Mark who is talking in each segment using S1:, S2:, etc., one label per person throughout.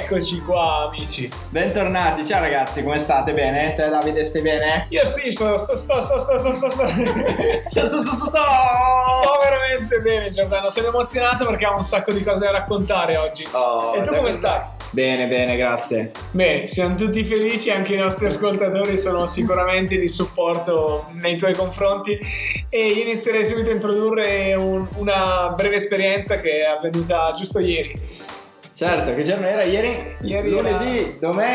S1: Eccoci qua, amici.
S2: Bentornati, ciao ragazzi, come state? Bene? Te Davide stai bene?
S1: Io sì, sto veramente bene, Giordano. Sono emozionato perché ho un sacco di cose da raccontare oggi. E tu come stai?
S2: Bene, grazie.
S1: Bene, siamo tutti felici, anche i nostri ascoltatori sono sicuramente di supporto nei tuoi confronti e io inizierei subito a introdurre una breve esperienza che è avvenuta giusto ieri.
S2: Certo, che giorno era ieri? Lunedì,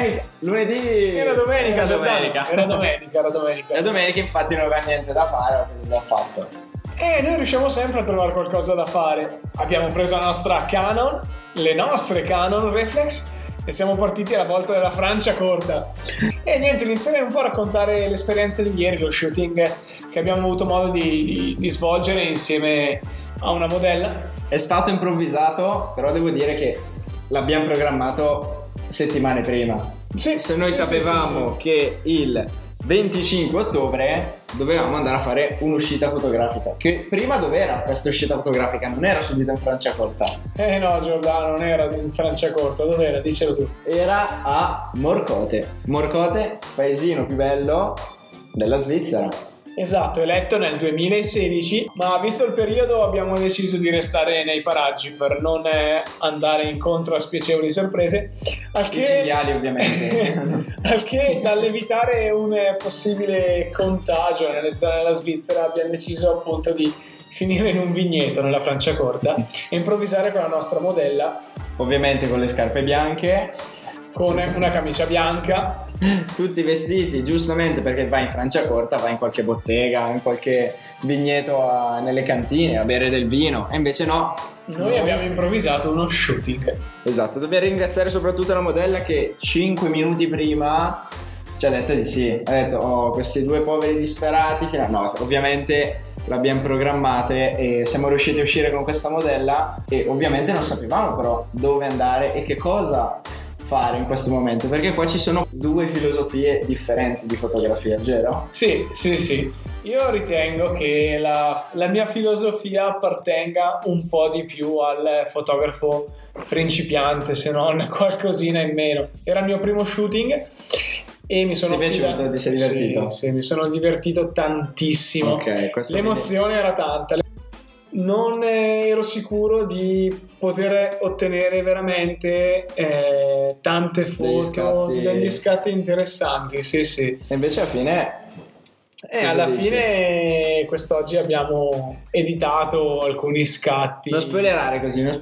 S2: lunedì.
S1: Era domenica. Era
S2: domenica, infatti non aveva niente da fare, ho cosa fatto.
S1: E noi riusciamo sempre a trovare qualcosa da fare. Abbiamo preso la nostra Canon, le nostre Canon Reflex e siamo partiti alla volta della Franciacorta. E niente, inizierei un po' a raccontare l'esperienza di ieri, lo shooting che abbiamo avuto modo di svolgere insieme a una modella.
S2: È stato improvvisato, però devo dire che l'abbiamo programmato settimane prima.
S1: Sì,
S2: se noi sapevamo che il 25 ottobre dovevamo andare a fare un'uscita fotografica. Che prima dov'era questa uscita fotografica? Non era subito in Franciacorta.
S1: No, Giordano, non era in Franciacorta. Dov'era? Dicelo tu.
S2: Era a Morcote, paesino più bello della Svizzera.
S1: Esatto, eletto nel 2016, ma visto il periodo abbiamo deciso di restare nei paraggi per non andare incontro a spiacevoli sorprese,
S2: siciliani ovviamente.
S1: al che dall'evitare un possibile contagio nelle zone della Svizzera abbiamo deciso appunto di finire in un vigneto nella Franciacorta e improvvisare con la nostra modella,
S2: ovviamente con le scarpe bianche,
S1: con una camicia bianca,
S2: tutti vestiti giustamente perché vai in Franciacorta, vai in qualche bottega, in qualche vigneto nelle cantine a bere del vino, e invece no,
S1: noi abbiamo improvvisato uno shooting.
S2: Esatto, dobbiamo ringraziare soprattutto la modella che 5 minuti prima ci ha detto di sì, ha detto questi due poveri disperati no, ovviamente l'abbiamo programmate e siamo riusciti a uscire con questa modella e ovviamente non sapevamo però dove andare e che cosa fare in questo momento, perché qua ci sono due filosofie differenti di fotografia, vero?
S1: Sì. Io ritengo che la mia filosofia appartenga un po' di più al fotografo principiante, se non qualcosina in meno. Era il mio primo shooting e mi sono
S2: Ti è piaciuto? Ti sei divertito?
S1: Sì, mi sono divertito tantissimo.
S2: Okay,
S1: l'emozione era tanta. Non ero sicuro di poter ottenere veramente tante foto, degli scatti interessanti, sì.
S2: E invece alla fine
S1: alla fine quest'oggi abbiamo editato alcuni scatti.
S2: Non spoilerare.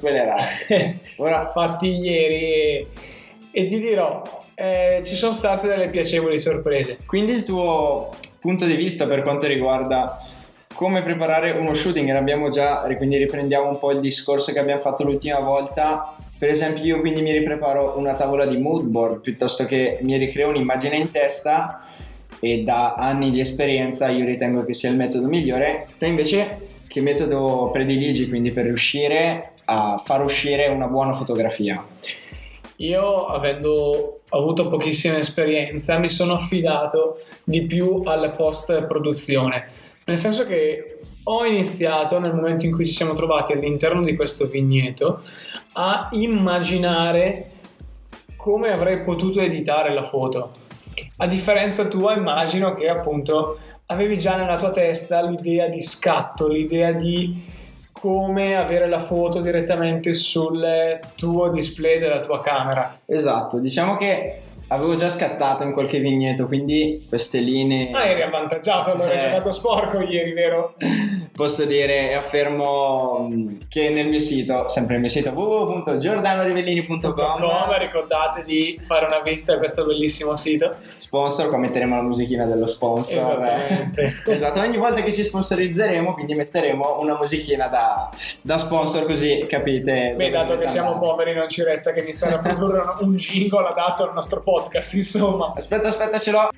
S1: Ora fatti ieri e ti dirò, ci sono state delle piacevoli sorprese.
S2: Quindi il tuo punto di vista per quanto riguarda come preparare uno shooting, quindi riprendiamo un po' il discorso che abbiamo fatto l'ultima volta. Per esempio io quindi mi ripreparo una tavola di mood board piuttosto che mi ricreo un'immagine in testa, e da anni di esperienza io ritengo che sia il metodo migliore. Te invece che metodo prediligi quindi per riuscire a far uscire una buona fotografia?
S1: Io, avendo avuto pochissima esperienza, mi sono affidato di più alla post-produzione. Nel senso che ho iniziato, nel momento in cui ci siamo trovati all'interno di questo vigneto, a immaginare come avrei potuto editare la foto. A differenza tua, immagino che appunto avevi già nella tua testa l'idea di scatto, l'idea di come avere la foto direttamente sul tuo display della tua camera.
S2: Esatto, diciamo che avevo già scattato in qualche vigneto, quindi queste linee...
S1: eri avvantaggiato, allora hai giocato sporco ieri, vero?
S2: Posso dire e affermo che nel mio sito, sempre nel mio sito www.giordanorivellini.com,
S1: ricordate di fare una visita a questo bellissimo sito.
S2: Sponsor, qua metteremo la musichina dello sponsor.
S1: Esattamente.
S2: Esatto, ogni volta che ci sponsorizzeremo, quindi metteremo una musichina da sponsor, così capite.
S1: Beh, dato che siamo poveri non ci resta che iniziare a produrre un jingle adatto al nostro podcast, insomma.
S2: Aspetta, ce l'ho.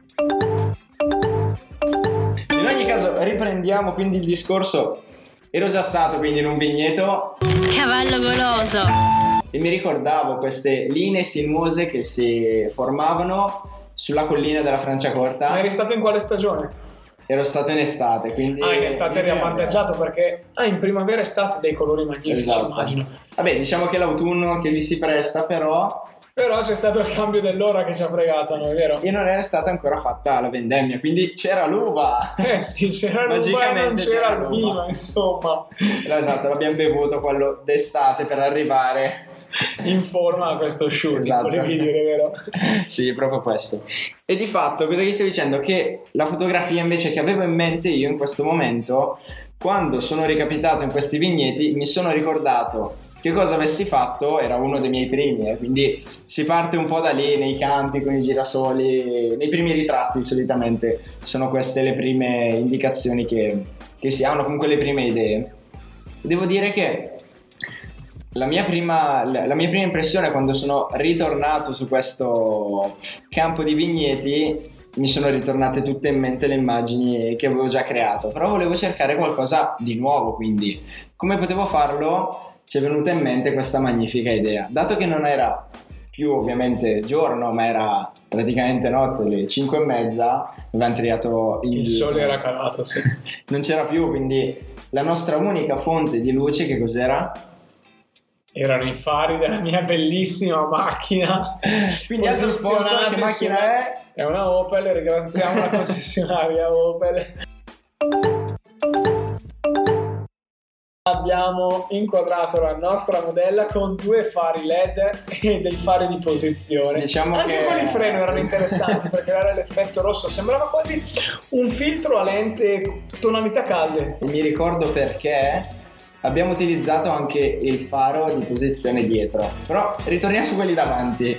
S2: In ogni caso riprendiamo quindi il discorso. Ero già stato quindi in un vigneto,
S3: cavallo goloso,
S2: e mi ricordavo queste linee sinuose che si formavano sulla collina della Franciacorta.
S1: Ma eri stato in quale stagione?
S2: Ero stato in estate, quindi...
S1: in estate eri avvantaggiato perché in primavera-estate dei colori magnifici,
S2: esatto.
S1: Immagino.
S2: Vabbè, diciamo che l'autunno che vi si presta, però
S1: Però c'è stato il cambio dell'ora che ci ha fregato, non è vero?
S2: E non era stata ancora fatta la vendemmia, quindi c'era l'uva.
S1: Sì, c'era l'uva e non c'era il vino, insomma.
S2: Esatto, l'abbiamo bevuto quello d'estate per arrivare
S1: in forma a questo shooting,
S2: esatto.
S1: volevi dire, vero?
S2: Sì, proprio questo. E di fatto cosa ti sto dicendo? Che la fotografia invece che avevo in mente io in questo momento, quando sono ricapitato in questi vigneti, mi sono ricordato che cosa avessi fatto, era uno dei miei primi, quindi si parte un po' da lì, nei campi con i girasoli, nei primi ritratti solitamente sono queste le prime indicazioni che si hanno, comunque le prime idee. Devo dire che la mia prima impressione quando sono ritornato su questo campo di vigneti, mi sono ritornate tutte in mente le immagini che avevo già creato, però volevo cercare qualcosa di nuovo, quindi come potevo farlo? Ci è venuta in mente questa magnifica idea. Dato che non era più ovviamente giorno, ma era praticamente notte, le 5:30, avevamo triato
S1: il sole era calato, sì.
S2: Non c'era più, quindi la nostra unica fonte di luce che cos'era?
S1: Erano i fari della mia bellissima macchina.
S2: Quindi altro sponsor, che macchina è?
S1: È una Opel, ringraziamo la concessionaria Opel. Abbiamo inquadrato la nostra modella con 2 fari LED e dei fari di posizione.
S2: Diciamo
S1: anche quelli di freno erano interessanti per creare l'effetto rosso, sembrava quasi un filtro a lente tonalità calde.
S2: E mi ricordo perché abbiamo utilizzato anche il faro di posizione dietro. Però ritorniamo su quelli davanti.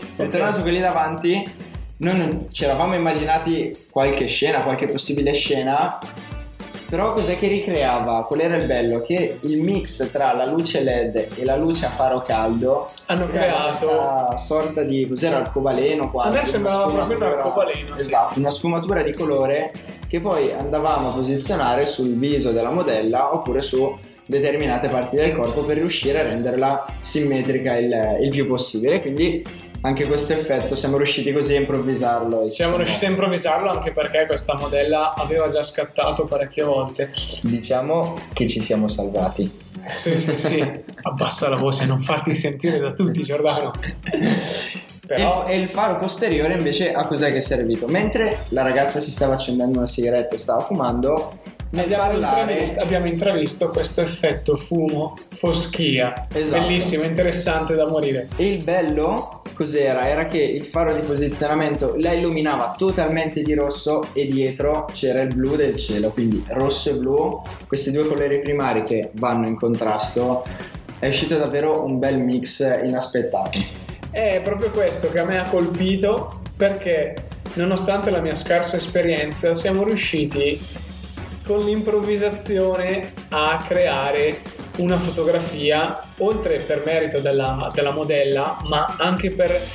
S2: Non ci eravamo immaginati qualche scena, qualche possibile scena. Però cos'è che ricreava? Qual era il bello? Che il mix tra la luce LED e la luce a faro caldo
S1: hanno creato
S2: questa sorta di, cos'era, arcobaleno quasi.
S1: A me sembrava proprio un arcobaleno.
S2: Esatto,
S1: sì.
S2: Una sfumatura di colore che poi andavamo a posizionare sul viso della modella oppure su determinate parti del corpo per riuscire a renderla simmetrica il più possibile. Quindi anche questo effetto siamo riusciti così a improvvisarlo.
S1: Siamo riusciti a improvvisarlo anche perché questa modella aveva già scattato parecchie volte.
S2: Diciamo che ci siamo salvati.
S1: Sì. Abbassa la voce, non farti sentire da tutti, Giordano. Però...
S2: E il faro posteriore invece a cos'è che è servito? Mentre la ragazza si stava accendendo una sigaretta e stava fumando,
S1: abbiamo intravisto questo effetto fumo, foschia.
S2: Esatto.
S1: Bellissimo, interessante da morire.
S2: E il bello cos'era? Era che il faro di posizionamento la illuminava totalmente di rosso e dietro c'era il blu del cielo, quindi rosso e blu, questi 2 colori primari che vanno in contrasto. È uscito davvero un bel mix inaspettato.
S1: È proprio questo che a me ha colpito, perché nonostante la mia scarsa esperienza siamo riusciti con l'improvvisazione a creare una fotografia, oltre per merito della modella, ma anche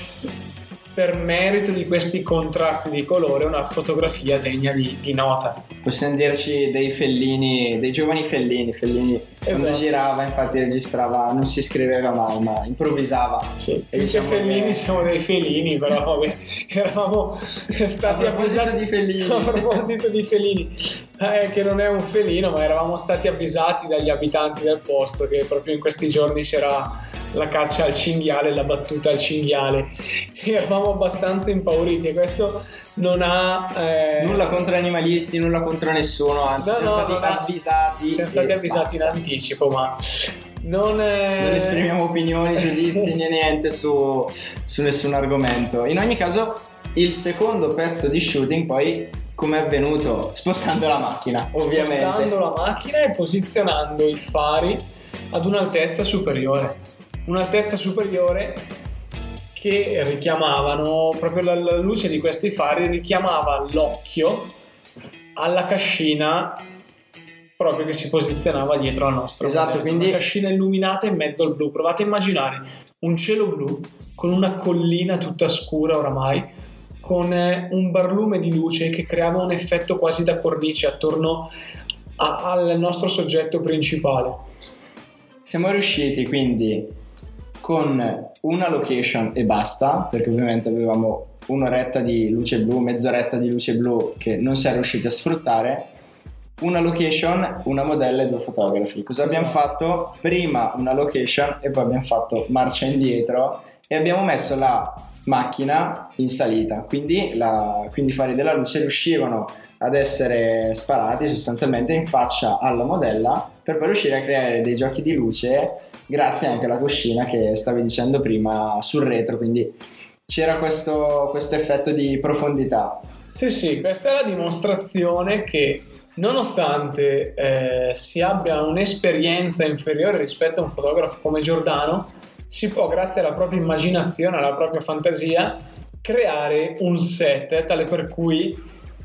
S1: per merito di questi contrasti di colore, una fotografia degna di nota.
S2: Possiamo dirci dei Fellini, dei giovani Fellini. Esatto. Quando girava infatti registrava, non si scriveva mai, ma improvvisava.
S1: Sì, e diciamo Fellini che... siamo dei felini, però vabbè, eravamo stati avvisati
S2: di Fellini.
S1: A proposito di Fellini, che non è un felino, ma eravamo stati avvisati dagli abitanti del posto che proprio in questi giorni c'era la caccia al cinghiale, la battuta al cinghiale, e eravamo abbastanza impauriti, e questo non ha
S2: nulla contro gli animalisti, nulla contro nessuno, anzi siamo stati avvisati
S1: in anticipo, ma non
S2: esprimiamo opinioni, giudizi né niente su nessun argomento. In ogni caso il secondo pezzo di shooting poi come è avvenuto? Spostando la macchina, ovviamente.
S1: Spostando la macchina e posizionando i fari ad un'altezza superiore che richiamavano, proprio la luce di questi fari richiamava l'occhio alla cascina proprio che si posizionava dietro la nostra.
S2: Esatto, quindi
S1: una cascina illuminata in mezzo al blu. Provate a immaginare un cielo blu con una collina tutta scura oramai, con un barlume di luce che creava un effetto quasi da cornice attorno al nostro soggetto principale.
S2: Siamo riusciti quindi con una location e basta, perché ovviamente avevamo un'oretta di luce blu, mezz'oretta di luce blu che non si è riusciti a sfruttare, una location, una modella e 2 fotografi. Cosa abbiamo fatto? Prima una location e poi abbiamo fatto marcia indietro e abbiamo messo la macchina in salita, quindi i fari della luce riuscivano ad essere sparati sostanzialmente in faccia alla modella per poi riuscire a creare dei giochi di luce grazie anche alla cuscina che stavi dicendo prima sul retro, quindi c'era questo effetto di profondità.
S1: Sì, questa è la dimostrazione che nonostante si abbia un'esperienza inferiore rispetto a un fotografo come Giordano, si può, grazie alla propria immaginazione, alla propria fantasia, creare un set tale per cui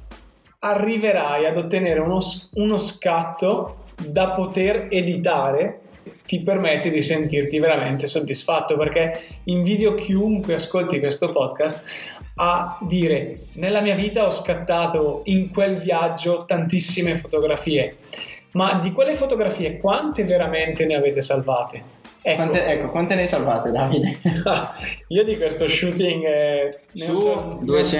S1: arriverai ad ottenere uno scatto da poter editare, ti permette di sentirti veramente soddisfatto, perché invidio chiunque ascolti questo podcast a dire: nella mia vita ho scattato in quel viaggio tantissime fotografie, ma di quelle fotografie quante veramente ne avete salvate?
S2: Quante ne hai salvate, Davide?
S1: Io di questo shooting
S2: su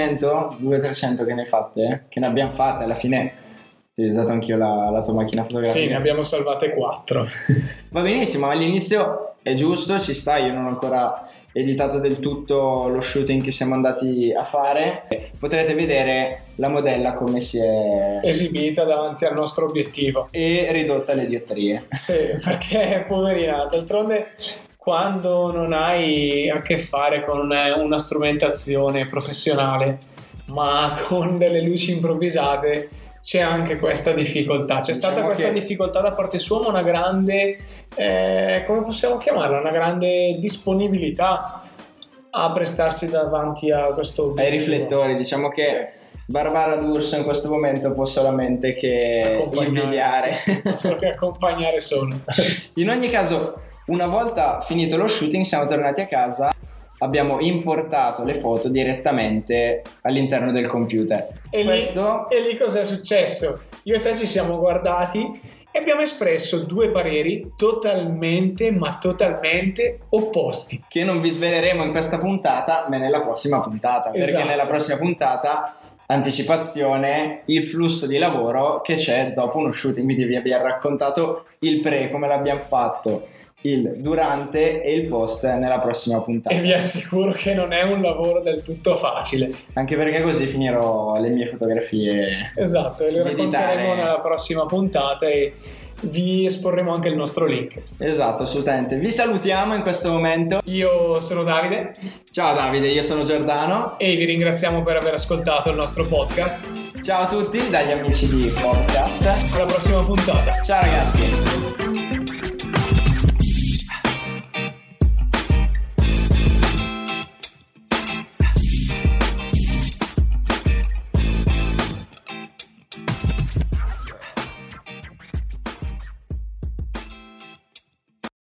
S2: 200-300 che ne hai fatte? Che ne abbiamo fatte alla fine. Ho utilizzato anch'io la tua macchina fotografica.
S1: Sì, ne abbiamo salvate 4.
S2: Va benissimo, all'inizio è giusto, ci sta. Io non ho ancora editato del tutto lo shooting che siamo andati a fare. Potrete vedere la modella come si è
S1: esibita davanti al nostro obiettivo
S2: e ridotta alle diotrie.
S1: Sì, perché poverina, d'altronde quando non hai a che fare con una strumentazione professionale ma con delle luci improvvisate, c'è anche questa difficoltà. C'è stata questa difficoltà da parte sua, ma una grande, come possiamo chiamarla? Una grande disponibilità a prestarsi davanti a questo obiettivo.
S2: Ai riflettori, diciamo che sì. Barbara D'Urso in questo momento può solamente che invidiare.
S1: Sì, solo che accompagnare solo.
S2: In ogni caso, una volta finito lo shooting siamo tornati a casa. Abbiamo importato le foto direttamente all'interno del computer.
S1: E lì cos'è successo? Io e te ci siamo guardati e abbiamo espresso due pareri totalmente opposti.
S2: Che non vi sveleremo in questa puntata, ma nella prossima puntata.
S1: Esatto.
S2: Perché nella prossima puntata, anticipazione, il flusso di lavoro che c'è dopo uno shooting. Quindi vi abbiamo raccontato il pre, come l'abbiamo fatto, il durante e il post nella prossima puntata.
S1: E vi assicuro che non è un lavoro del tutto facile,
S2: anche perché così finirò le mie fotografie.
S1: Esatto, e le racconteremo nella prossima puntata e vi esporremo anche il nostro link.
S2: Esatto, assolutamente. Vi salutiamo in questo momento.
S1: Io sono Davide.
S2: Ciao Davide, io sono Giordano
S1: e vi ringraziamo per aver ascoltato il nostro podcast.
S2: Ciao a tutti dagli amici di Podcast.
S1: Alla prossima puntata.
S2: Ciao ragazzi.